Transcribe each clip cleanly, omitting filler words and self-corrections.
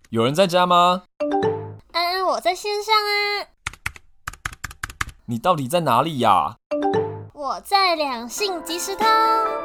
有人在家吗？ 安安，我在线上啊。 你到底在哪里呀？ 我在两性即时通。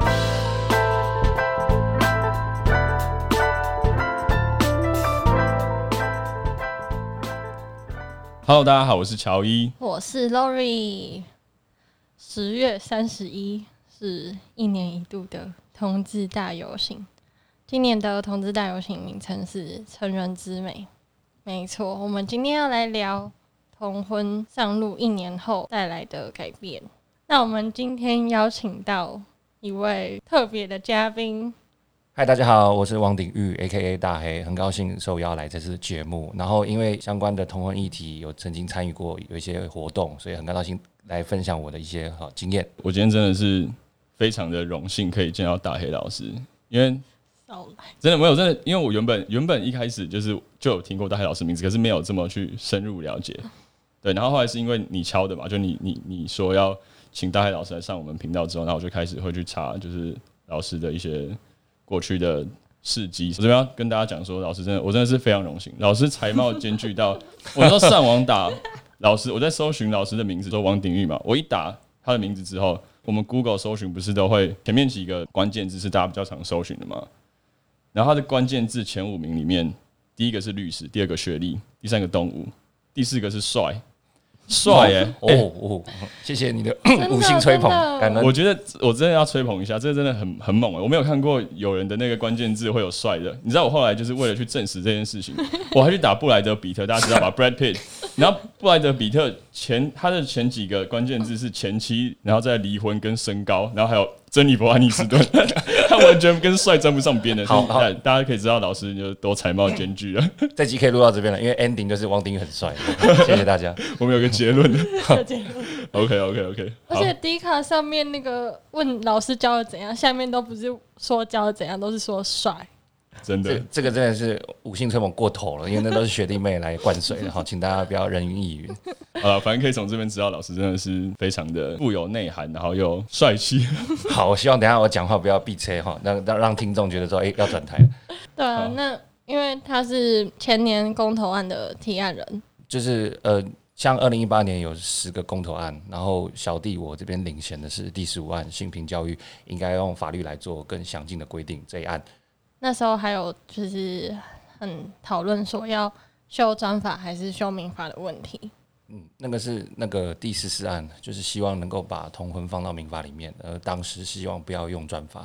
Hello，大家好，我是乔伊， 我是 Lori。10月31是一年一度的同志大游行，今年的同志大游行名称是成人之美。没错，我们今天要来聊同婚上路1年后带来的改变。那我们今天邀请到一位特别的嘉宾。 嗨，大家好，我是王鼎玉 ，A.K.A 大黑，很高兴受邀来这次节目。然后因为相关的同婚议题有曾经参与过有一些活动，所以很高兴来分享我的一些经验。 我今天真的是非常的荣幸可以见到大黑老师，因为真的没有真的，因为我原本一开始就有听过大黑老师名字，可是没有这么去深入了解。对，然后后来是因为你敲的嘛，就你说要请大黑老师来上我们频道之后，然后我就开始会去查，就是老师的一些过去的事迹。我这边要跟大家讲说，老师我真的是非常荣幸，老师才貌兼具到，我都上网打老师，我在搜寻老师的名字，说王鼎玉嘛，我一打他的名字之后，我们 Google 搜寻不是都会前面几个关键字是大家比较常搜寻的嘛？然后他的关键字前5名里面，第一个是律师，第2个学历，第3个动物，第4个是帅。帅耶！ 谢谢你的五星吹捧，感恩。 我觉得我真的要吹捧一下，这真的很猛我没有看过有人的那个关键字会有帅的。你知道我后来就是为了去证实这件事情，我还去打布莱德比特，大家知道吧 ？Brad Pitt。然后布莱德比特他的前几个关键字是前妻，然后再离婚跟身高，然后还有珍妮佛·安妮斯顿，他完全跟帅沾不上边的。好，大家可以知道老师就都才貌兼具了。 这集可以录到这边了，因为 ending 就是王鼎玉很帅。谢谢大家。 我们有个结论。OK。 而且 D 卡上面那个问老师教的怎样，下面都不是说教的怎样，都是说帅。 真的， 这个真的是五星吹捧过头了，因为那都是学弟妹来灌水的，好，请大家不要人云亦云。 好了，反正可以从这边知道，老师真的是非常的富有内涵，然后又帅气。 好，我希望等一下我讲话不要闭车哈，让听众觉得说，要转台了。 对啊，那因为他是前年公投案的提案人， 就是像2018年有10个公投案，然后小弟我这边领衔的是第15案性平教育，应该用法律来做更详尽的规定这一案。 那时候还有就是很讨论说要修专法还是修民法的问题。 那个是那个第14案，就是希望能够把同婚放到民法里面，当时希望不要用专法。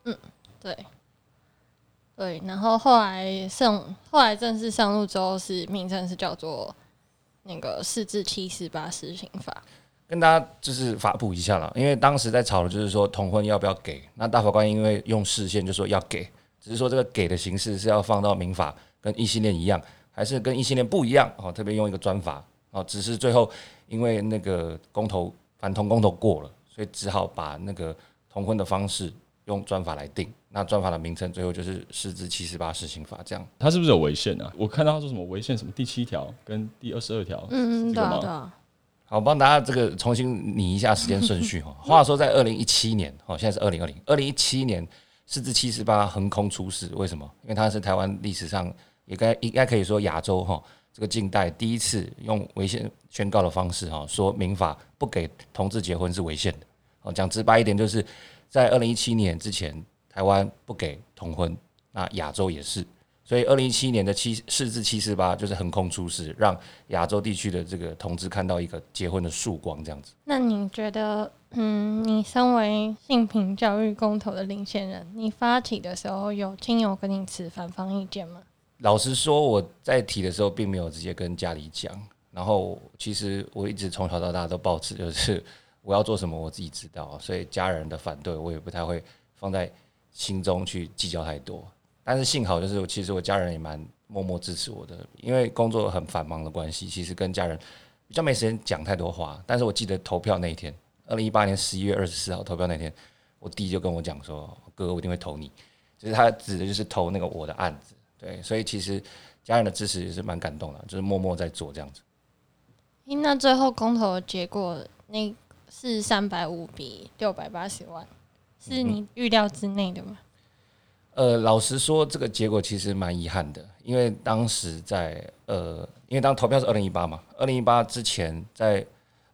对，然后后来正式上路之后，名称是叫做那个4至748施行法。 跟大家就是法普一下啦，因为当时在吵的就是说同婚要不要给，那大法官因为用释宪就说要给，只是说这个给的形式是要放到民法跟异性恋一样，还是跟异性恋不一样，特别用一个专法，只是最后因为那个反同公投过了，所以只好把那个同婚的方式用专法来定，那专法的名称最后就是4至748施行法这样。 他是不是有违宪啊？我看到他说什么违宪什么第7条跟第22条， 对啊。 好，我帮大家这个重新拟一下时间顺序。话说在2017年，现在是2020，2017年4至748横空出世，为什么？因为它是台湾历史上应该可以说亚洲这个近代第一次用违宪宣告的方式说民法不给同志结婚是违宪的。讲直白一点，就是在2017年之前，台湾不给同婚，那亚洲也是。所以2017年的4至748就是横空出世，让亚洲地区的这个同志看到一个结婚的曙光，这样子。 那你觉得，你身为性平教育公投的领先人，你发起的时候有亲友跟你持反方意见吗？ 老实说，我在提的时候并没有直接跟家里讲，然后其实我一直从小到大都抱持就是我要做什么我自己知道，所以家人的反对我也不太会放在心中去计较太多。但是幸好就是其实我家人也蛮默默支持我的，因为工作很繁忙的关系，其实跟家人比较没时间讲太多话。但是我记得投票那一天，2018年11月24号投票那天，我弟就跟我讲说：“哥，我一定会投你。”就是他指的就是投那个我的案子，对，所以其实家人的支持也是蛮感动的，就是默默在做这样子。 那最后公投的结果，那是350比680万，是你预料之内的吗？ 老实说，这个结果其实蛮遗憾的，因为当时因为当投票是2018嘛，2018之前在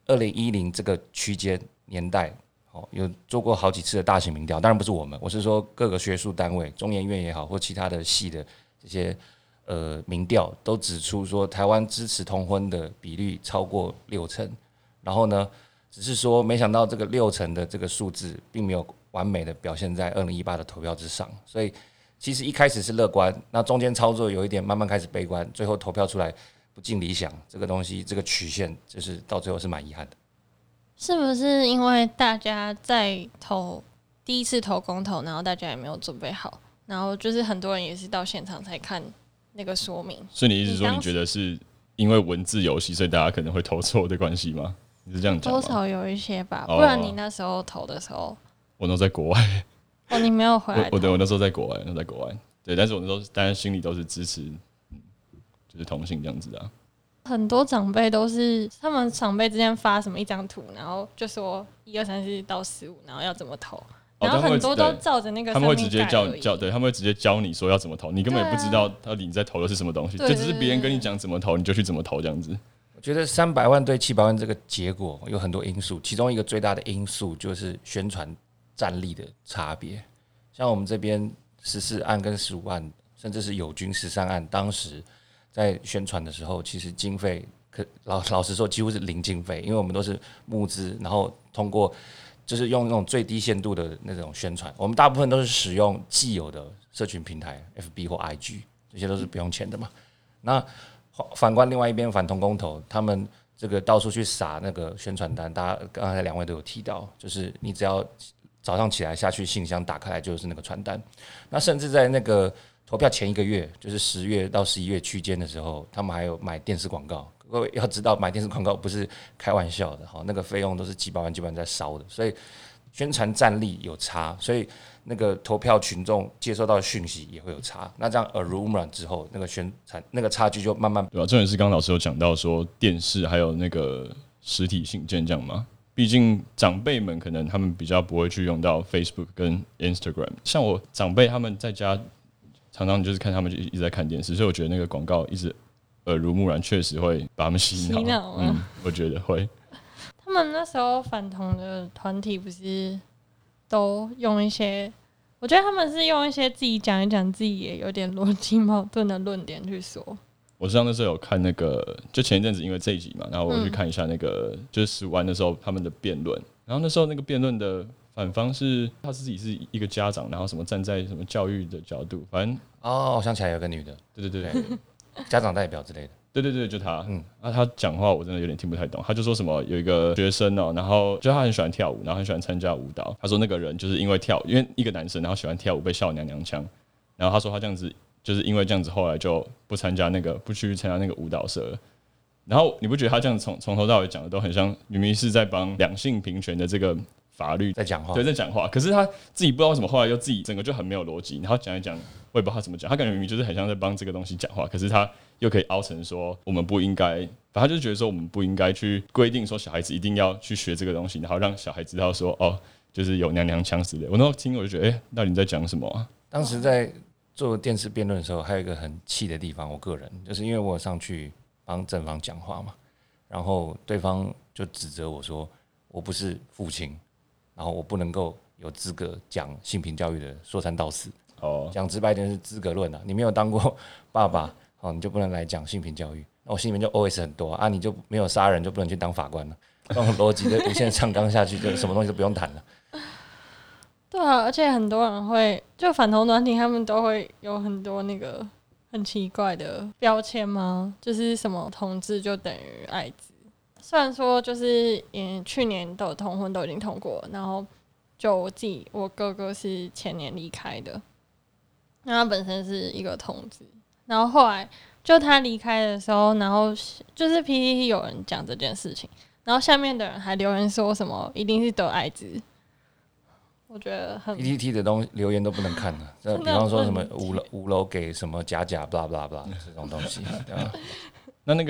2010这个区间年代，有做过好几次的大型民调，当然不是我是说各个学术单位，中研院也好，或其他的系的这些民调都指出说，台湾支持同婚的比率超过60%，然后呢，只是说没想到这个60%的这个数字并没有完美的表现在2018的投票之上，所以其实一开始是乐观，那中间操作有一点慢慢开始悲观，最后投票出来不尽理想，这个东西这个曲线就是到最后是蛮遗憾的。 是不是因为大家在第一次投公投，然后大家也没有准备好，然后就是很多人也是到现场才看那个说明？ 所以你意思说你觉得是因为文字游戏，所以大家可能会投错的关系吗？你是这样讲吗？ 多少有一些吧，不然你那时候投的时候， 我那时候在国外。 你没有回来投？ 我那时候在国外，对，但是我那时候当然心里都是支持，就是同性这样子的。 很多长辈都是他们长辈之间发什么一张图，然后就说1、2、3、4到15，然后要怎么投，然后很多都照着那个上面盖而已。他们会直接对，他们会直接教你说要怎么投，你根本也不知道到底你在投的是什么东西，就只是别人跟你讲怎么投，你就去怎么投这样子。 我觉得300万对700万这个结果有很多因素，其中一个最大的因素就是宣传战力的差别。像我们这边14案跟15案，甚至是友军13案，当时在宣传的时候，其实经费老实说几乎是零经费，因为我们都是募资，然后通过就是用那种最低限度的那种宣传，我们大部分都是使用既有的社群平台 FB 或 IG， 这些都是不用钱的嘛。那反观另外一边反同公投，他们这个到处去撒那个宣传单，大家刚才2位都有提到，就是你只要早上起来下去信箱打开来就是那个传单，那甚至在那个投票前1个月，就是10月到11月区间的时候，他们还有买电视广告。各位要知道，买电视广告不是开玩笑的，那个费用都是几百万在烧的，所以宣传战力有差，所以那个投票群众接收到的讯息也会有差。那这样耳濡目染之后，那个宣传那个差距就慢慢对吧？重点是刚刚老师有讲到说电视还有那个实体信件这样嘛。毕竟长辈们可能他们比较不会去用到 Facebook 跟 Instagram， 像我长辈他们在家常常就是看他们就一直在看电视，所以我觉得那个广告一直耳濡目染，确实会把他们洗脑。我觉得会。 他们那时候反同的团体不是都用一些，我觉得他们是用一些自己讲一讲自己也有点逻辑矛盾的论点去说。 我上那时候有看那个，就前一阵子因为这一集嘛，然后我去看一下那个，就是15案的时候他们的辩论，然后那时候那个辩论的反方是他自己是一个家长，然后什么站在什么教育的角度，反正我想起来有个女的，对，家长代表之类的， 对，就他，他讲话我真的有点听不太懂，他就说什么有一个学生然后就他很喜欢跳舞，然后很喜欢参加舞蹈，他说那个人就是因为一个男生然后喜欢跳舞被笑娘娘腔，然后他说他这样子。就是因为这样子，后来就不去参加那个舞蹈社了。然后你不觉得他这样从头到尾讲的都很像，明明是在帮两性平权的这个法律在讲话， 对，在讲话。可是他自己不知道为什么后来又自己整个就很没有逻辑，然后讲一讲，我也不知道他怎么讲，他感觉明明就是很像在帮这个东西讲话，可是他又可以凹成说我们不应该，反正他就是觉得说我们不应该去规定说小孩子一定要去学这个东西，然后让小孩知道说就是有娘娘腔之类的。我那时候听我就觉得，到底你在讲什么啊？ 当时在做电视辩论的时候，还有一个很气的地方，我个人就是因为我上去帮正方讲话嘛，然后对方就指责我说我不是父亲，然后我不能够有资格讲性平教育的说三道四。讲直白一点是资格论啊，你没有当过爸爸，你就不能来讲性平教育。那我心里面就 OS 很多你就没有杀人就不能去当法官了，这种逻辑的无限上纲下去，就什么东西都不用谈了。 对啊，而且很多人会就反同团体，他们都会有很多那个很奇怪的标签吗？就是什么同志就等于艾滋。虽然说就是去年的同婚都已经通过了，然后就我哥哥是前年离开的，那他本身是一个同志，然后后来就他离开的时候，然后就是 PTT 有人讲这件事情，然后下面的人还留言说什么一定是得艾滋。我觉得很 PTT 的留言都不能看的，比方说什么5楼给什么假 blah blah blah 这种东西，对吧？ 那个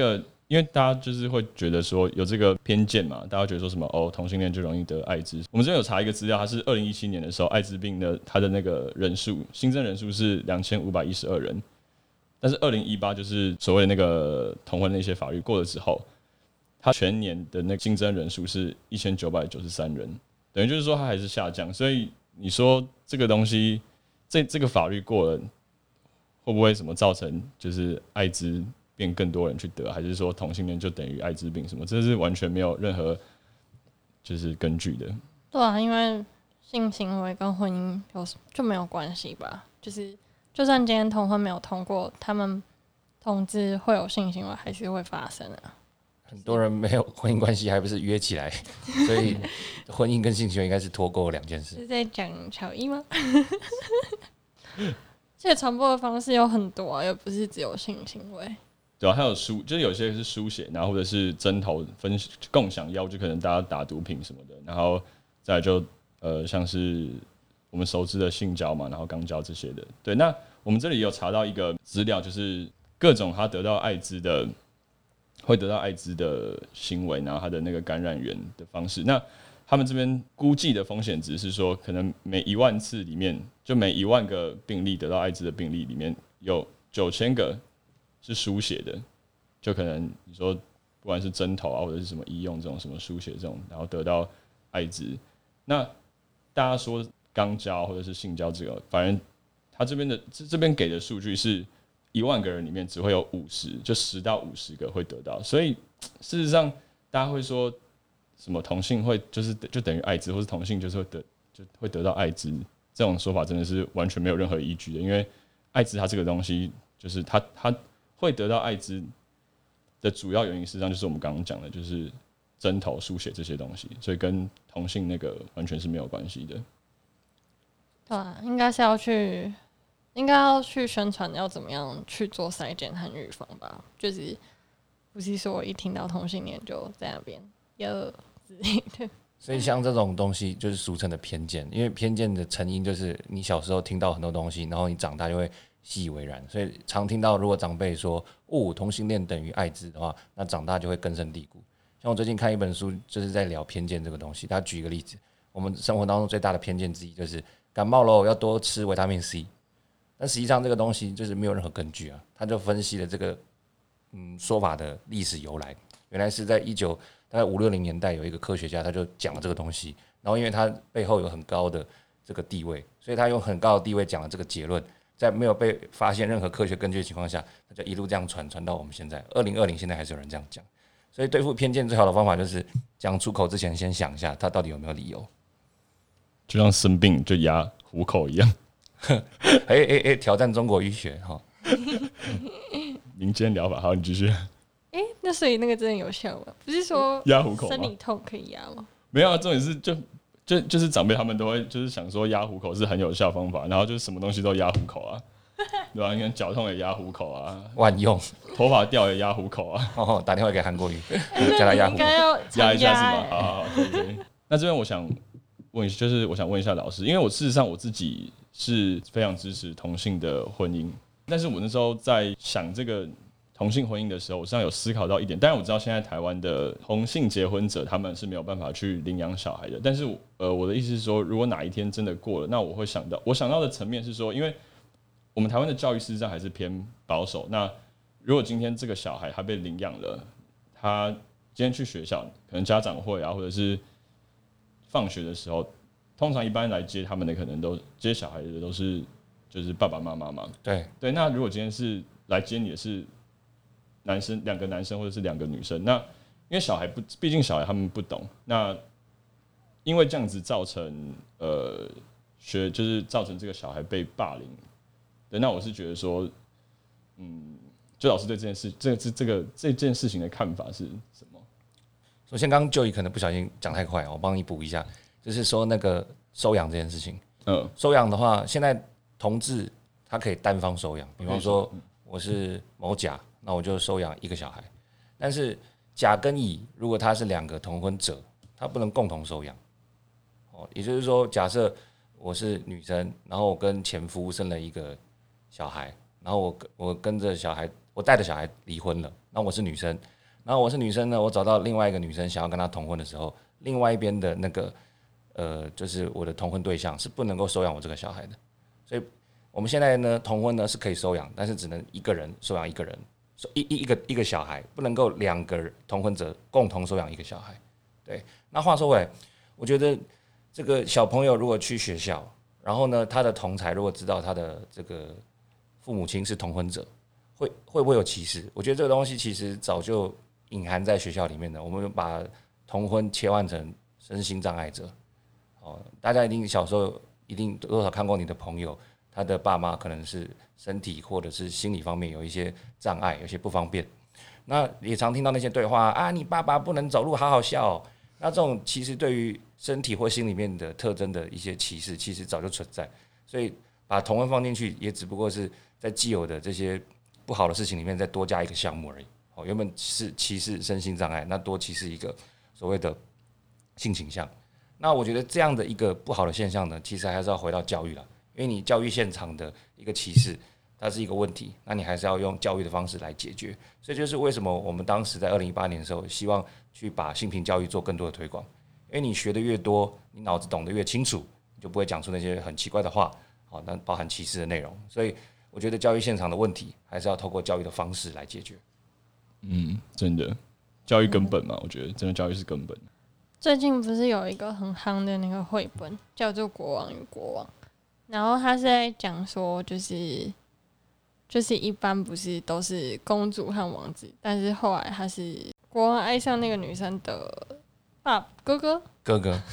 因为大家就是会觉得说有这个偏见嘛，大家觉得说什么同性恋就容易得艾滋。我们这边有查一个资料，它是2017年的时候，艾滋病的它的那个人数新增人数是2512人，但是2018就是所谓的那个同婚那些法律过了之后，它全年的那个新增人数是1993人，等于就是说它还是下降。所以你说这个东西，这个法律过了，会不会什么造成就是艾滋变更多人去得，还是说同性恋就等于艾滋病什么？这是完全没有任何就是根据的。 对啊，因为性行为跟婚姻就没有关系吧？就是就算今天同婚没有通过，他们同志会有性行为还是会发生啊。 很多人没有婚姻关系，还不是约起来，所以婚姻跟性行为应该是脱钩两件事。 是在讲乔伊吗？这传播的方式有很多啊，又不是只有性行为。 对啊，还有就是有些是书写，然后或者是针头共享药，就可能大家打毒品什么的，然后再来就像是我们熟知的性交嘛，然后肛交这些的。对，那我们这里有查到一个资料，就是各种他得到艾滋的会得到艾滋的行为，然后他的那个感染源的方式。那他们这边估计的风险值是说，可能每10000次里面，就每10000个病例得到艾滋的病例里面有9000个是输血的，就可能你说不管是针头啊，或者是什么医用这种什么输血这种，然后得到艾滋。那大家说肛交或者是性交这个，反正他这边给的数据是10000个人里面只会有10到50个会得到，所以事实上大家会说什么同性会就等于艾滋，或是同性就会得到艾滋，这种说法真的是完全没有任何依据的，因为艾滋它这个东西就是它会得到艾滋的主要原因，事实上就是我们刚刚讲的，就是针头输血这些东西，所以跟同性那个完全是没有关系的。 对啊，应该要去宣传要怎么样去做筛检和预防吧，就是不是说一听到同性恋就在那边之类的。 所以像这种东西就是俗称的偏见，因为偏见的成因就是你小时候听到很多东西，然后你长大就会习以为然，所以常听到如果长辈说同性恋等于艾滋的话，那长大就会根深蒂固。像我最近看一本书，就是在聊偏见这个东西。他举一个例子，我们生活当中最大的偏见之一就是感冒了要多吃维他命 C， 但实际上这个东西就是没有任何根据啊。他就分析了这个说法的历史由来，原来是在大概50、60年代有一个科学家他就讲了这个东西，然后因为他背后有很高的这个地位，所以他用很高的地位讲了这个结论，在没有被发现任何科学根据的情况下，他就一路这样传到我们现在2020，现在还是有人这样讲。所以对付偏见最好的方法就是讲出口之前先想一下他到底有没有理由， 就像生病就压虎口一样。 挑战中国医学哈。 民间疗法，好，你继续。 那所以那个真的有效吗？不是说压虎口吗？ 生理痛可以压吗？ 没有啊，重点是就是长辈他们都会就是想说压虎口是很有效方法，然后就是什么东西都压虎口啊，对吧？你看脚痛也压虎口啊， 万用， 头发掉也压虎口啊。 打电话给韩国瑜，叫他压虎口， 压一下是吗？好，对。那这边我想问一下老师，因为事实上我自己是非常支持同性的婚姻，但是我那时候在想这个同性婚姻的时候，我实际上有思考到一点。当然我知道现在台湾的同性结婚者他们是没有办法去领养小孩的，但是我的意思是说，如果哪一天真的过了，那我想到的层面是说，因为我们台湾的教育事实上还是偏保守。那如果今天这个小孩他被领养了，他今天去学校，可能家长会啊，或者是放学的时候，通常一般来接他们的可能都接小孩的都是就是爸爸妈妈嘛。 对， 那如果今天是来接你的是2个男生或者是2个女生，那因为毕竟小孩他们不懂，那因为这样子造成就是造成这个小孩被霸凌。对，那我是觉得说，就老师对这件事情的看法是什么？ 首先，刚刚就医可能不小心讲太快，我帮你补一下，就是说那个收养这件事情。收养的话，现在同志他可以单方收养，比方说我是某甲，那我就收养1个小孩。但是甲跟乙如果他是2个同婚者，他不能共同收养。也就是说，假设我是女生，然后我跟前夫生了1个小孩，然后我跟着小孩，我带着小孩离婚了，那我是女生， 然后我是女生呢，我找到另外一个女生想要跟她同婚的时候，另外一边的那个就是我的同婚对象是不能够收养我这个小孩的，所以我们现在呢同婚呢是可以收养，但是只能一个人收养一个人，一个小孩，不能够2个同婚者共同收养一个小孩。对，那话说回来，我觉得这个小朋友如果去学校，然后呢他的同侪如果知道他的这个父母亲是同婚者，会不会有歧视？我觉得这个东西其实早就隐含在学校里面的。我们把同婚切换成身心障碍者，大家一定小时候一定多少看过你的朋友，他的爸妈可能是身体或者是心理方面有一些障碍，有些不方便。那也常听到那些对话啊，你爸爸不能走路，好好笑哦。那这种其实对于身体或心里面的特征的一些歧视，其实早就存在。所以把同婚放进去，也只不过是在既有的这些不好的事情里面再多加一个项目而已。原本是歧视身心障碍，那多歧视一个所谓的性倾向。那我觉得这样的一个不好的现象呢，其实还是要回到教育了，因为你教育现场的一个歧视，它是一个问题，那你还是要用教育的方式来解决。所以就是为什么我们当时在2018年的时候，希望去把性平教育做更多的推广，因为你学的越多，你脑子懂得越清楚，你就不会讲出那些很奇怪的话，那包含歧视的内容。所以我觉得教育现场的问题，还是要透过教育的方式来解决。 真的，教育根本嘛，我觉得真的教育是根本。 最近不是有一个很夯的那个绘本，叫做《国王与国王》，然后他是在讲说，就是一般不是都是公主和王子，但是后来他是国王爱上那个女生的哥哥，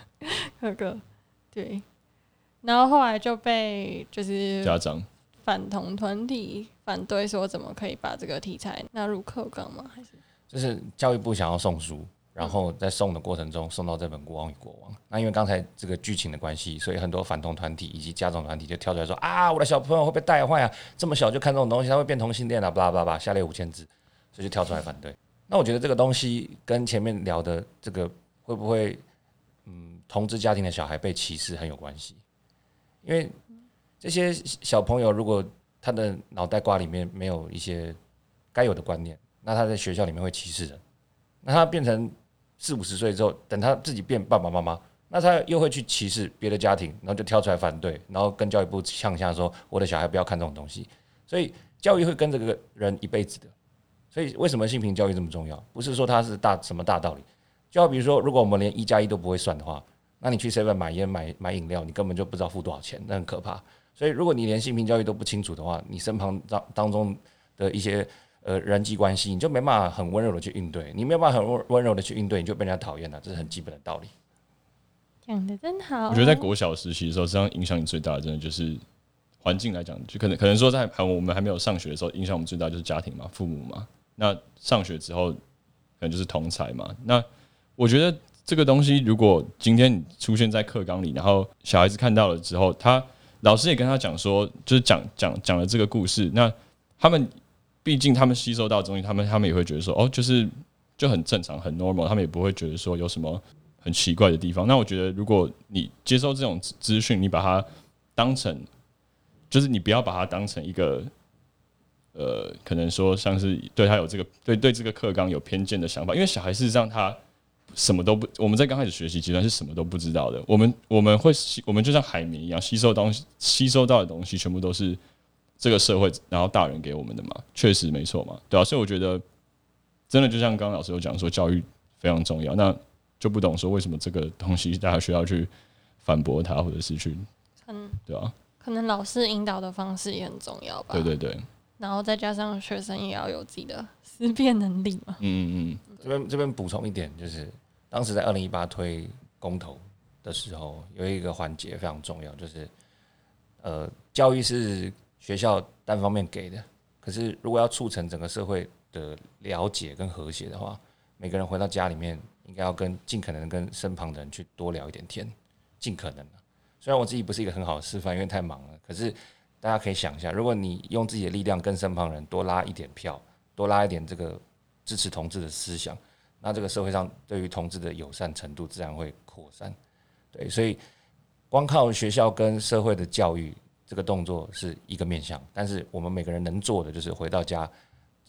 对，然后后来就被就是家长反同团体反对，说怎么可以把这个题材纳入课纲吗？还是就是教育部想要送书，然后在送的过程中送到这本《国王与国王》。那因为刚才这个剧情的关系，所以很多反同团体以及家长团体就跳出来说啊，我的小朋友会被带坏啊，这么小就看这种东西，他会变同性恋啊，巴拉巴拉，下列5000字，所以就跳出来反对。那我觉得这个东西跟前面聊的这个会不会同志家庭的小孩被歧视很有关系，因为这些小朋友如果他的脑袋瓜里面没有一些该有的观念，那他在学校里面会歧视人。那他变成40-50岁之后，等他自己变爸爸妈妈，那他又会去歧视别的家庭，然后就跳出来反对，然后跟教育部呛下说我的小孩不要看这种东西。所以教育会跟这个人一辈子的。所以为什么性平教育这么重要？不是说它是什么大道理，就好比如说，如果我们连1+1都不会算的话，那你去 7 买烟买饮料，你根本就不知道付多少钱，那很可怕。所以如果你连性平教育都不清楚的话，你身旁当中的一些人际关系，你就没办法很温柔的去应对，你没有办法很温柔的去应对，你就被人家讨厌了，这是很基本的道理。 讲得真好。 我觉得在国小时期的时候，实际上影响你最大的，真的就是环境来讲，就可能说在我们还没有上学的时候，影响我们最大就是家庭嘛，父母嘛。那上学之后，可能就是同侪嘛。那我觉得这个东西，如果今天你出现在课纲里，然后小孩子看到了之后，老师也跟他讲说，就是讲了这个故事，那他们毕竟他们吸收到的东西，他们也会觉得说，就很正常，很 normal， 他们也不会觉得说有什么很奇怪的地方。那我觉得，如果你接受这种资讯，你把它当成，就是你不要把它当成一个可能说像是对他有这个对这个课纲有偏见的想法，因为小孩事实上他什么都不，我们在刚开始学习阶段是什么都不知道的。我们就像海绵一样，吸收到的东西全部都是这个社会然后大人给我们的嘛，确实没错嘛，对啊。所以我觉得真的就像刚刚老师有讲说，教育非常重要，那就不懂说为什么这个东西大家需要去反驳它，或者是去对啊， 可能老师引导的方式也很重要吧。 对对对。 然后再加上学生也要有自己的思辨能力嘛。 这边补充一点，就是当时在2018推公投的时候，有一个环节非常重要，就是教育是学校单方面给的，可是如果要促成整个社会的了解跟和谐的话，每个人回到家里面应该要尽可能跟身旁的人去多聊一点天，尽可能。虽然我自己不是一个很好的示范，因为太忙了，可是大家可以想一下，如果你用自己的力量跟身旁人多拉一点票，多拉一点这个支持同志的思想，那这个社会上对于同志的友善程度自然会扩散。对，所以光靠学校跟社会的教育这个动作是一个面向，但是我们每个人能做的就是回到家，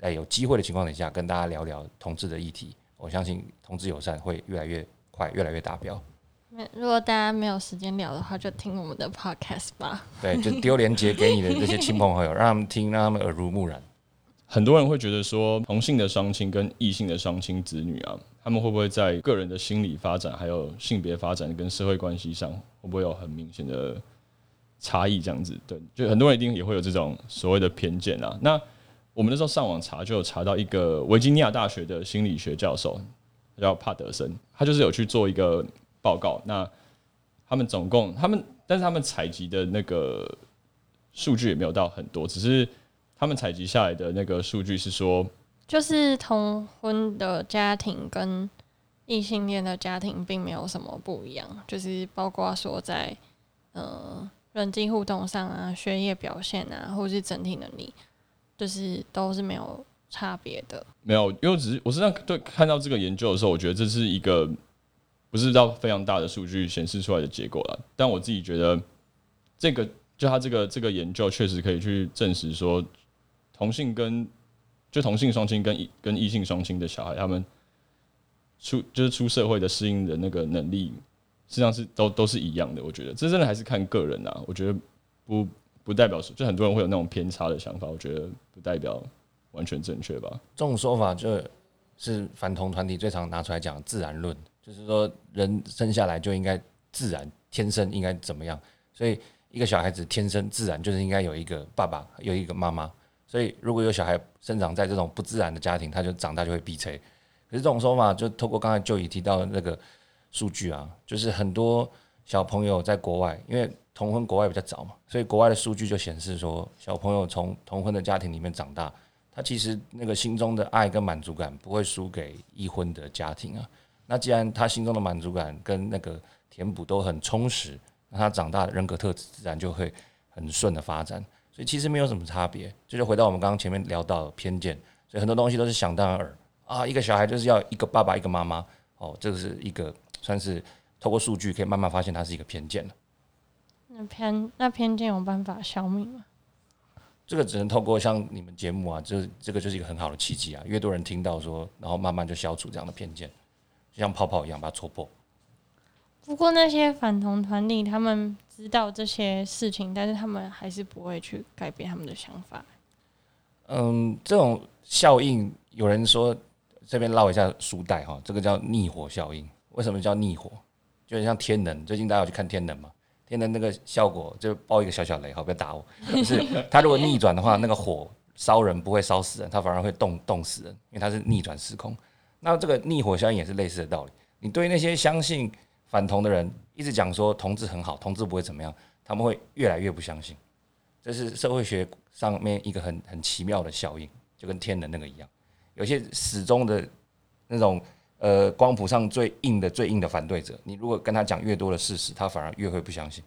在有机会的情况底下，跟大家聊聊同志的议题。我相信同志友善会越来越快，越来越达标。 如果大家没有时间聊的话，就听我们的 podcast 吧。 对，就丢连结给你的这些亲朋好友，让他们听，让他们耳濡目染。 很多人会觉得说，同性的双亲跟异性的双亲子女啊，他们会不会在个人的心理发展、还有性别发展跟社会关系上，会不会有很明显的差异？这样子，对，就很多人一定也会有这种所谓的偏见啊。那我们那时候上网查，就有查到一个维吉尼亚大学的心理学教授，他叫帕德森，他就是有去做一个报告。那他们总共，但是他们采集的那个数据也没有到很多，只是他们采集下来的那个数据是说， 就是同婚的家庭跟异性恋的家庭并没有什么不一样，就是包括说在人际互动上啊、学业表现啊，或是整体能力，就是都是没有差别的。 没有，因为我实际上对看到这个研究的时候，我觉得这是一个不是到非常大的数据显示出来的结果啦。但我自己觉得，他这个研究确实可以去证实说，同性双亲跟异性双亲的小孩，他们出社会的适应的那个能力，实际上是都是一样的。我觉得这真的还是看个人啊。我觉得不代表说，就很多人会有那种偏差的想法，我觉得不代表完全正确吧。 这种说法就是反同团体最常拿出来讲的自然论，就是说人生下来就应该自然天生应该怎么样，所以一个小孩子天生自然就是应该有一个爸爸，有一个妈妈。所以如果有小孩生长在这种不自然的家庭，他就长大就会闭塞。可是这种说法就透过刚才就已提到的那个数据啊，就是很多小朋友在国外，因为同婚国外比较早嘛，所以国外的数据就显示说，小朋友从同婚的家庭里面长大，他其实那个心中的爱跟满足感不会输给异婚的家庭啊。那既然他心中的满足感跟那个填补都很充实，那他长大的人格特质自然就会很顺的发展。所以其实没有什么差别，就是回到我们刚刚前面聊到的偏见，所以很多东西都是想当然耳啊，一个小孩就是要一个爸爸一个妈妈，哦，这个是一个算是透过数据可以慢慢发现它是一个偏见了。 那偏见有办法消弭吗？ 这个只能透过像你们节目啊，这个就是一个很好的契机啊，越多人听到说，然后慢慢就消除这样的偏见，就像泡泡一样把它戳破。 不过那些反同团体，他们知道这些事情，但是他们还是不会去改变他们的想法。 这种效应，有人说这边唠一下书袋哈，这个叫逆火效应。为什么叫逆火？就很像天能，最近大家有去看天能嘛？天能那个效果就爆一个小小雷，好不要打我。就是它如果逆转的话，那个火烧人不会烧死人，它反而会冻死人，因为它是逆转时空。那这个逆火效应也是类似的道理。你对那些相信反同的人一直讲说同志很好，同志不会怎么样，他们会越来越不相信。这是社会学上面一个很奇妙的效应，就跟天能那个一样。有些始终的那种光谱上最硬的反对者，你如果跟他讲越多的事实，他反而越会不相信。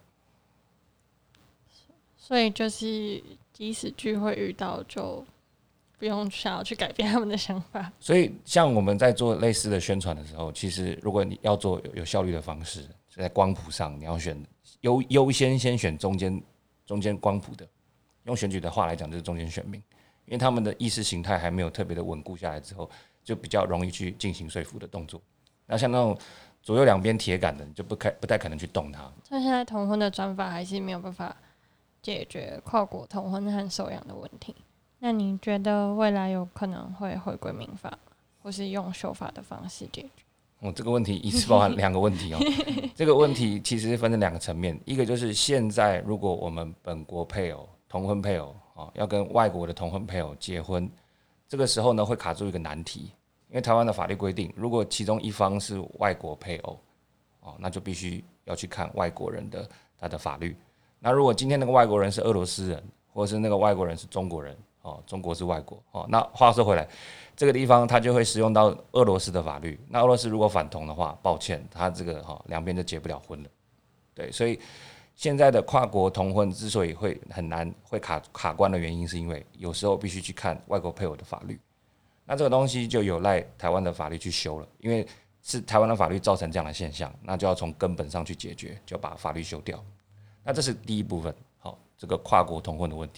所以就是即使聚会遇到，就不用想要去改变他们的想法。 所以像我们在做类似的宣传的时候，其实如果你要做有效率的方式，在光谱上你要选优先先选中间光谱的，用选举的话来讲就是中间选民，因为他们的意识形态还没有特别的稳固下来之后，就比较容易去进行说服的动作。那像那种左右两边铁杆的，你就不太可能去动它。 但现在同婚的专法还是没有办法解决跨国同婚和收养的问题。那你觉得未来有可能会回归民法，或是用修法的方式解决？ 这个问题一次包含两个问题哦。这个问题其实分成两个层面，一个就是现在如果我们本国配偶同婚配偶要跟外国的同婚配偶结婚，这个时候呢会卡住一个难题，因为台湾的法律规定，如果其中一方是外国配偶，那就必须要去看外国人的他的法律。那如果今天那个外国人是俄罗斯人，或者是那个外国人是中国人，中国是外国，那话说回来，这个地方他就会使用到俄罗斯的法律。那俄罗斯如果反同的话，抱歉，他这个两边就结不了婚了。对，所以现在的跨国同婚之所以会很难会卡关的原因，是因为有时候必须去看外国配偶的法律。那这个东西就有赖台湾的法律去修了，因为是台湾的法律造成这样的现象，那就要从根本上去解决，就把法律修掉。那这是第一部分，这个跨国同婚的问题。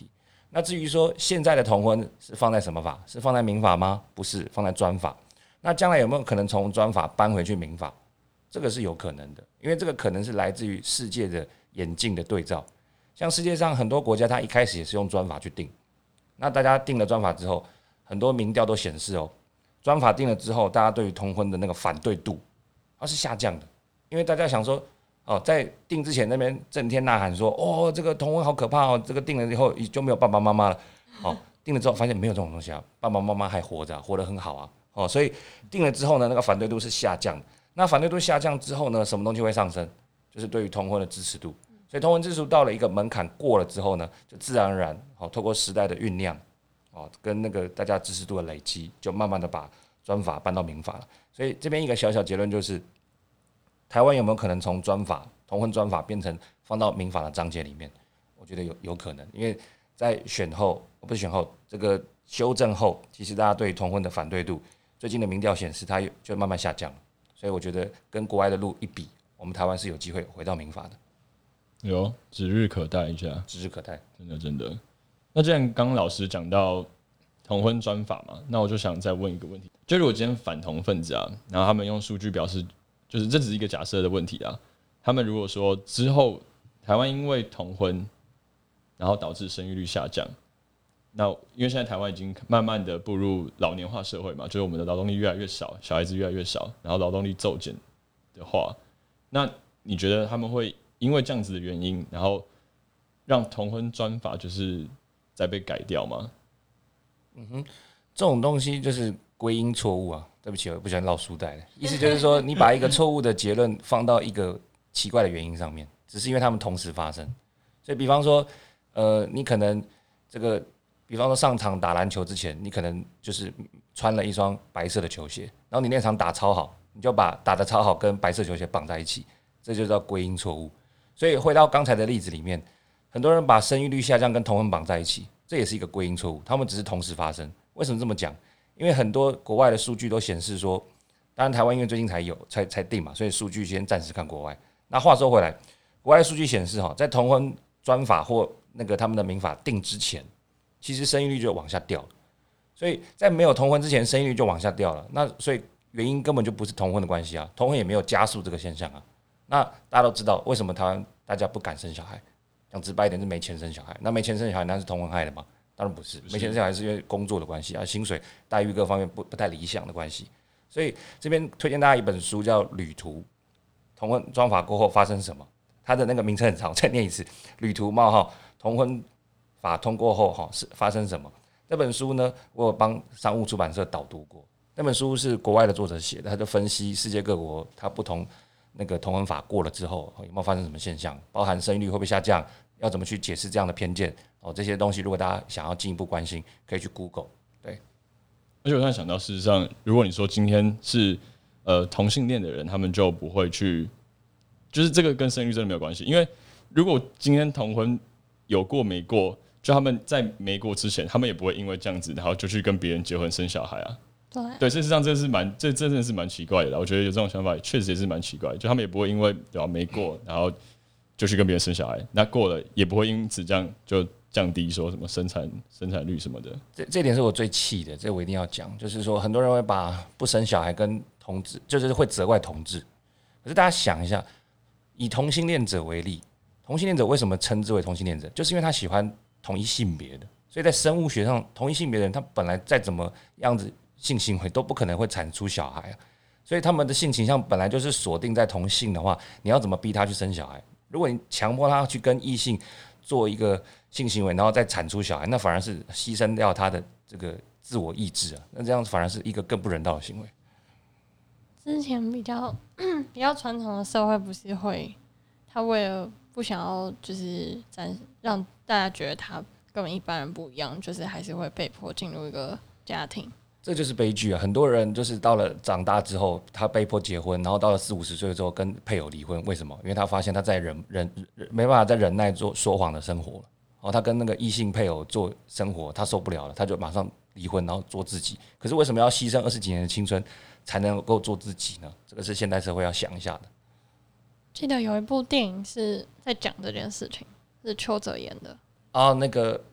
那至于说现在的同婚是放在什么法？是放在民法吗？不是，放在专法。那将来有没有可能从专法搬回去民法？这个是有可能的，因为这个可能是来自于世界的演进的对照。像世界上很多国家，它一开始也是用专法去定。那大家定了专法之后，很多民调都显示专法定了之后，大家对于同婚的那个反对度它是下降的，因为大家想说在定之前那边震天呐喊说这个同婚好可怕这个定了以后就没有爸爸妈妈了定了之后发现没有这种东西啊，爸爸妈妈还活着活得很好啊所以定了之后呢，那个反对度是下降的。那反对度下降之后呢，什么东西会上升？就是对于同婚的支持度。所以同婚支持度到了一个门槛过了之后呢，就自然而然透过时代的酝酿跟那个大家支持度的累积，就慢慢的把专法搬到民法了。所以这边一个小小结论就是，台湾有没有可能从同婚专法变成放到民法的章节里面？我觉得有可能，因为在这个修正后，其实大家对同婚的反对度，最近的民调显示它就慢慢下降了。所以我觉得跟国外的路一比，我们台湾是有机会回到民法的。 有，指日可待一下， 指日可待， 真的。那既然刚刚老师讲到同婚专法嘛，那我就想再问一个问题，就如果今天反同分子啊，然后他们用数据表示，就是这只是一个假设的问题啊，他们如果说之后台湾因为同婚，然后导致生育率下降，那因为现在台湾已经慢慢的步入老年化社会嘛，就是我们的劳动力越来越少，小孩子越来越少，然后劳动力骤减的话，那你觉得他们会因为这样子的原因，然后让同婚专法就是再被改掉吗？ 这种东西就是归因错误啊。对不起，我不喜欢绕书袋的意思，就是说你把一个错误的结论放到一个奇怪的原因上面，只是因为他们同时发生。所以，比方说，你可能比方说上场打篮球之前，你可能就是穿了一双白色的球鞋，然后你那场打超好，你就把打得超好跟白色球鞋绑在一起，这就叫归因错误。所以回到刚才的例子里面，很多人把生育率下降跟同婚绑在一起，这也是一个归因错误，他们只是同时发生。为什么这么讲？因为很多国外的数据都显示说，当然台湾因为最近才定嘛，所以数据先暂时看国外。那话说回来，国外的数据显示在同婚专法或那个他们的民法定之前，其实生育率就往下掉了。所以在没有同婚之前，生育率就往下掉了。那所以原因根本就不是同婚的关系啊，同婚也没有加速这个现象啊。那大家都知道为什么台湾大家不敢生小孩？讲直白一点，是没钱生小孩。那没钱生小孩，那是同婚害的吗？当然不是，没钱生小孩是因为工作的关系啊，薪水待遇各方面不太理想的关系。所以这边推荐大家一本书叫《旅途》，同婚专法过后发生什么？它的那个名称很长，我再念一次：《旅途：同婚法通过后是发生什么？》这本书呢，我有帮商务出版社导读过。那本书是国外的作者写的，他就分析世界各国它不同那个同婚法过了之后有没有发生什么现象，包含生育率会不会下降，要怎么去解释这样的偏见这些东西，如果大家想要进一步关心，可以去 Google。对， 而且我突然想到，事实上，如果你说今天是同性恋的人，他们就不会去，就是这个跟生育真的没有关系，因为如果今天同婚有过没过，就他们在没过之前，他们也不会因为这样子，然后就去跟别人结婚生小孩啊。对，事实上这真的是蛮奇怪的。我觉得有这种想法，确实也是蛮奇怪的。就他们也不会因为没过，然后就去跟别人生小孩，那过了也不会因此这样就降低说什么生产率什么的。 这点是我最气的，这我一定要讲，就是说很多人会把不生小孩跟同志，就是会责怪同志。可是大家想一下，以同性恋者为例，同性恋者为什么称之为同性恋者？就是因为他喜欢同一性别的，所以在生物学上，同一性别的人他本来再怎么样子性行为都不可能会产出小孩所以他们的性倾向本来就是锁定在同性的话，你要怎么逼他去生小孩？如果你强迫他去跟异性做一个性行为，然后再产出小孩，那反而是牺牲掉他的这个自我意志那这样反而是一个更不人道的行为。 之前比较传统的社会不是会，他为了不想要就是让大家觉得他跟一般人不一样，就是还是会被迫进入一个家庭。 这就是悲剧很多人就是到了长大之后，他被迫结婚，然后到了40-50岁之后跟配偶离婚。为什么？因为他发现他在没办法再忍耐做说谎的生活了。他跟那个异性配偶做生活，他受不了了，他就马上离婚，然后做自己。可是为什么要牺牲20几年的青春才能够做自己呢？这个是现代社会要想一下的。 记得有一部电影是在讲这件事情，是邱泽演的那个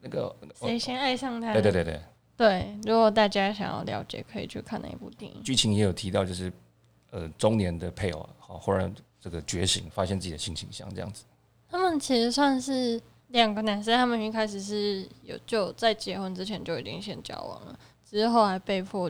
那个谁先爱上他？ 对， 对，如果大家想要了解，可以去看那一部电影。 剧情也有提到，就是中年的配偶忽然这个觉醒，发现自己的性倾向这样子。 他们其实算是2个男生，他们一开始是就在结婚之前就已经先交往了，只是后来被迫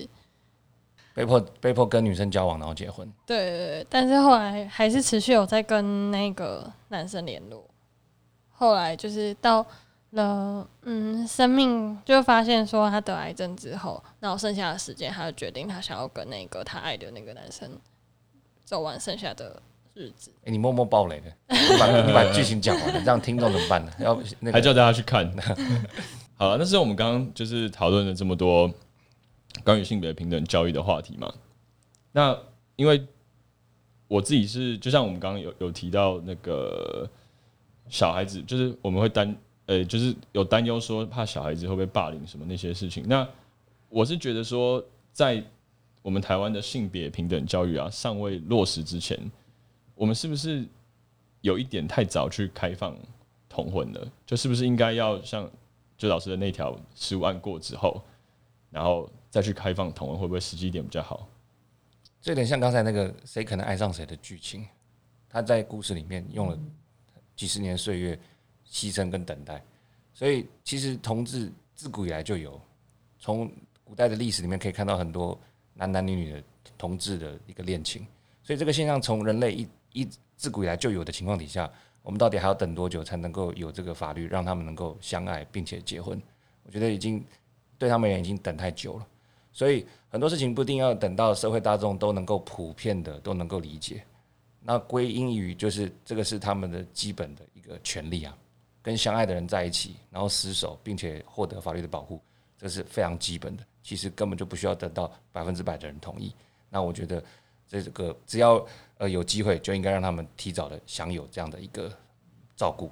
跟女生交往，然后结婚。 对，但是后来还是持续有在跟那个男生联络。后来就是到了生命就发现说他得癌症之后，然后剩下的时间他就决定他想要跟那个他爱的那个男生走完剩下的日子。 你默默爆雷了，你把剧情讲完了，这样听众怎么办呢？要还叫大家去看。好了，那是我们刚刚就是讨论了这么多关于性别平等教育的话题嘛。那因为我自己是，就像我们刚刚有提到那个小孩子，就是我们会就是有担忧说怕小孩子会被霸凌什么那些事情。那我是觉得说，在我们台湾的性别平等教育尚未落实之前，我们是不是有一点太早去开放同婚了？就是不是应该要像就老师的那条15案过之后，然后再去开放同婚，会不会时机点比较好？ 这有点像刚才那个谁可能爱上谁的剧情，他在故事里面用了几十年岁月牺牲跟等待，所以其实同志自古以来就有，从古代的历史里面可以看到很多男女的同志的一个恋情，所以这个现象从人类自古以来就有的情况底下，我们到底还要等多久才能够有这个法律让他们能够相爱并且结婚？我觉得已经对他们已经等太久了，所以很多事情不一定要等到社会大众都能够普遍的都能够理解，那归因于就是这个是他们的基本的一个权利啊，跟相爱的人在一起，然后厮守，并且获得法律的保护，这是非常基本的。其实根本就不需要等到100%的人同意。那我觉得这个只要有机会，就应该让他们提早的享有这样的一个照顾。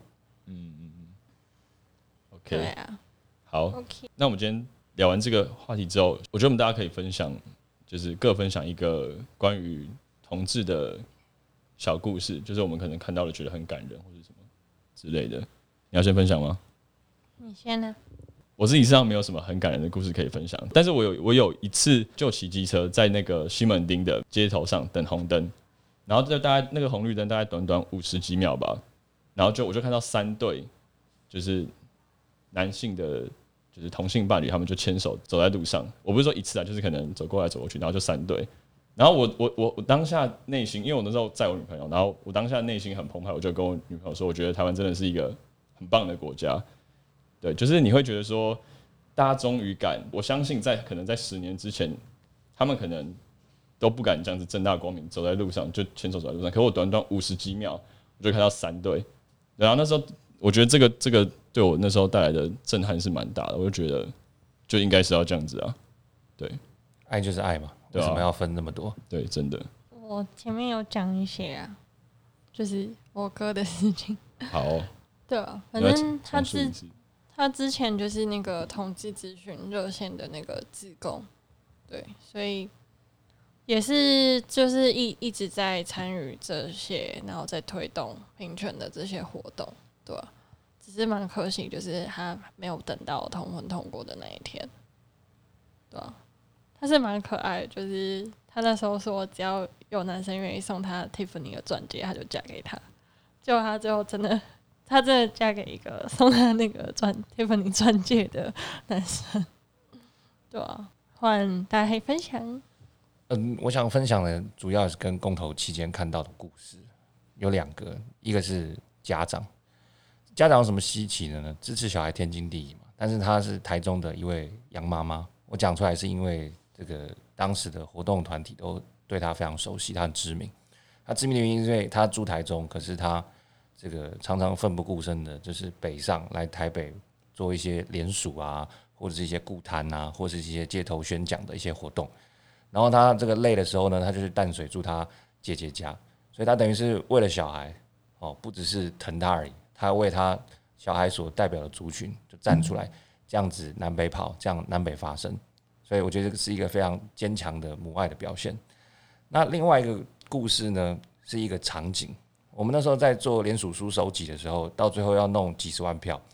OK， 对啊， 好 ，OK。 那我们今天聊完这个话题之后，我觉得我们大家可以分享，就是各分享一个关于同志的小故事，就是我们可能看到了觉得很感人或者什么之类的。你要先分享吗？ 你先呢？ 我自己身上没有什么很感人的故事可以分享，但是我有一次就骑机车在那个西门町的街头上等红灯，然后大概那个红绿灯大概短短50几秒吧，然后我就看到3对就是男性的就是同性伴侣，他们就牵手走在路上。我不是说一次啊，就是可能走过来走过去，然后就3对。然后我当下内心，因为我那时候载我女朋友，然后我当下内心很澎湃，我就跟我女朋友说，我觉得台湾真的是一个很棒的国家。对，就是你会觉得说，大家终于敢，我相信可能在10年之前，他们可能都不敢这样子正大光明走在路上，就牵手走在路上。可我短短50几秒，我就看到3对，然后那时候我觉得这个对我那时候带来的震撼是蛮大的，我就觉得就应该是要这样子啊，对， 爱就是爱嘛，为什么要分那么多？ 对，真的。 我前面有讲一些啊，就是我哥的事情。 好哦， 对啊，反正他之前就是那个同志咨询热线的那个志工，对，所以也是就是一直在参与这些，然后在推动平权的这些活动，对啊，只是蛮可惜，就是他没有等到同婚通过的那一天，对啊，他是蛮可爱的，就是他那时候说只要有男生愿意送他 Tiffany 的钻戒，他就嫁给他，结果他最后真的嫁给一个送他那个Tiffany 钻戒的男生，对啊，换大家可以分享。 我想分享的主要是跟公投期间看到的故事，有2个，一个是家长有什么稀奇的呢？支持小孩天经地义嘛，但是她是台中的一位杨妈妈，我讲出来是因为这个当时的活动团体都对她非常熟悉，她很知名。她知名的原因是因为她住台中，可是她这个常常奋不顾身的，就是北上来台北做一些联署啊，或者是一些顾摊啊，或者是一些街头宣讲的一些活动。然后他这个累的时候呢，他就去淡水住他姐姐家，所以他等于是为了小孩哦，不只是疼他而已，他为他小孩所代表的族群就站出来，这样子南北跑，这样南北发声。所以我觉得这是一个非常坚强的母爱的表现。那另外一个故事呢，是一个场景。我们那时候在做联署书收集的时候，到最后要弄几10万票。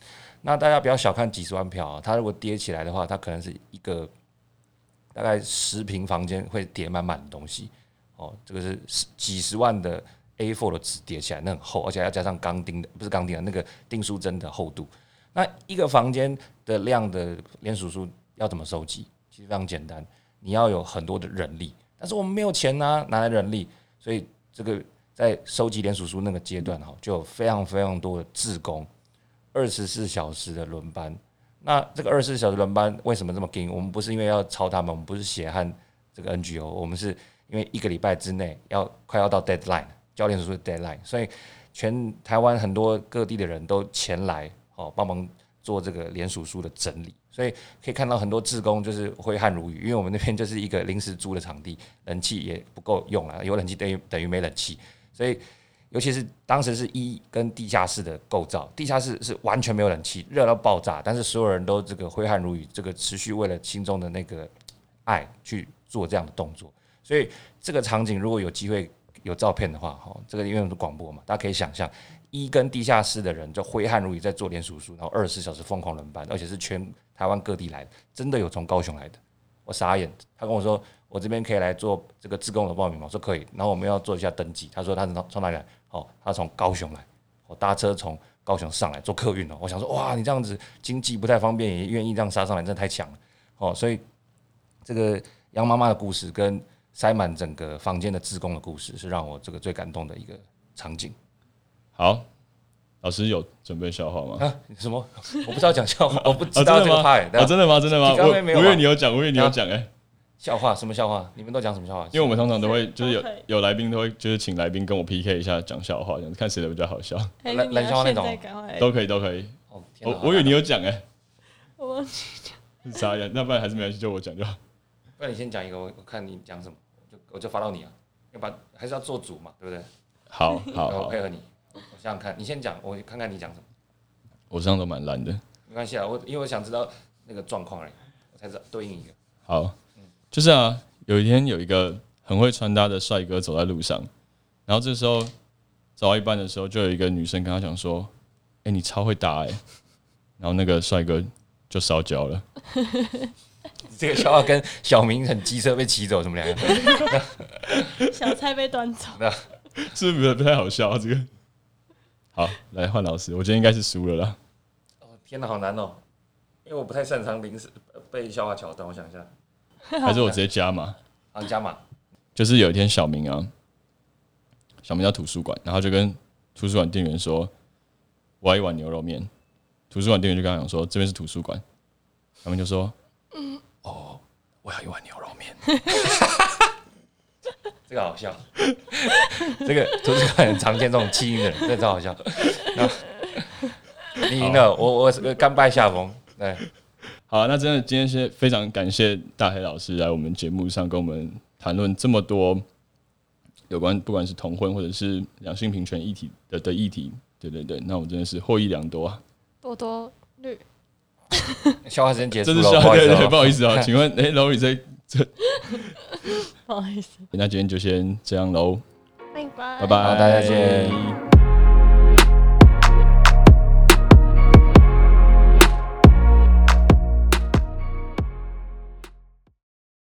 那大家不要小看几十万票啊，它如果叠起来的话，它可能是一个大概10平房间会叠满满的东西哦。这个是几十万的 A4 的纸叠起来，那很厚，而且要加上钢钉的，不是钢钉的那个订书针的厚度。那一个房间的量的联署书要怎么收集？其实非常简单，你要有很多的人力，但是我们没有钱啊，哪来人力？所以这个在收集联署书那个阶段就有非常非常多的志工，24小时的轮班。那这个24小时轮班为什么这么紧？我们不是因为要抄他们，我们不是血汗这个 NGO， 我们是因为1个礼拜之内快要到 deadline， 交联署书的 deadline， 所以全台湾很多各地的人都前来帮忙做这个联署书的整理。所以可以看到很多志工就是挥汗如雨，因为我们那边就是一个临时租的场地，冷气也不够用了，有冷气等于没冷气，所以尤其是当时是1跟地下室的构造，地下室是完全没有冷气，热到爆炸，但是所有人都这个挥汗如雨，这个持续为了心中的那个爱去做这样的动作。所以这个场景如果有机会有照片的话，这个因为我们是广播嘛，大家可以想象1跟地下室的人就挥汗如雨在做联署书，然后24小时疯狂轮班，而且是全台湾各地来的，真的有从高雄来的，我傻眼。他跟我说我这边可以来做这个志工的报名吗？我说可以，然后我们要做一下登记。他说他从哪里来？他从高雄来，搭车从高雄上来做客运。我想说哇，你这样子经济不太方便，也愿意这样杀上来，真的太强了。所以这个杨妈妈的故事跟塞满整个房间的志工的故事，是让我这个最感动的一个场景。 好，老师有准备笑话吗？ 什么？我不知道讲笑话，我不知道这个派。 真的吗？真的吗？我以为你有讲， 笑话什么笑话？你们都讲什么笑话？ 因为我们通常都会就是有来宾都会就是请来宾跟我 PK 一下讲笑话，这样看谁的比较好笑。 冷笑话那种都可以。我以为你有讲我忘记讲。傻眼，那不然还是没关系，就我讲就好。 不然你先讲一个，我看你讲什么，我就发到你啊。还是要做主嘛，对不对？ 好， 我配合你。我想想看，你先讲，我看看你讲什么。 我这样都蛮烂的。 没关系啊，因为我想知道那个状况而已，我才知道对应一个。 好，就是有一天有一个很会穿搭的帅哥走在路上，然后这时候走到一半的时候，就有一个女生跟他讲说：“你超会搭然后那个帅哥就烧焦了。 这个笑话跟小明很机车被骑走什么两样？ 小菜被端走， 是不是不太好笑这个？好，来换老师，我今天应该是输了啦。 天哪，好难哦，因为我不太擅长临时背笑话桥段，我想一下。 还是我直接加码？ 好，加码。 就是有一天小明到图书馆，然后就跟图书馆店员说：“我要一碗牛肉面。”图书馆店员就跟他讲说：“这边是图书馆。”小明就说：“我要一碗牛肉面。” 这个好笑，这个图书馆很常见这种气音的人，真的超好笑。你赢了，我甘拜下风。对， 好，那真的今天是非常感谢大黑老师来我们节目上跟我们谈论这么多有关不管是同婚或者是两性平权议题的议题，对，那我真的是获益良多啊。 多多绿。 笑话时间结束了， 这是笑话，对，不好意思啊，请问Lori 这不好意思， 那今天就先这样喽， 拜拜， 拜拜， 好，大家再见。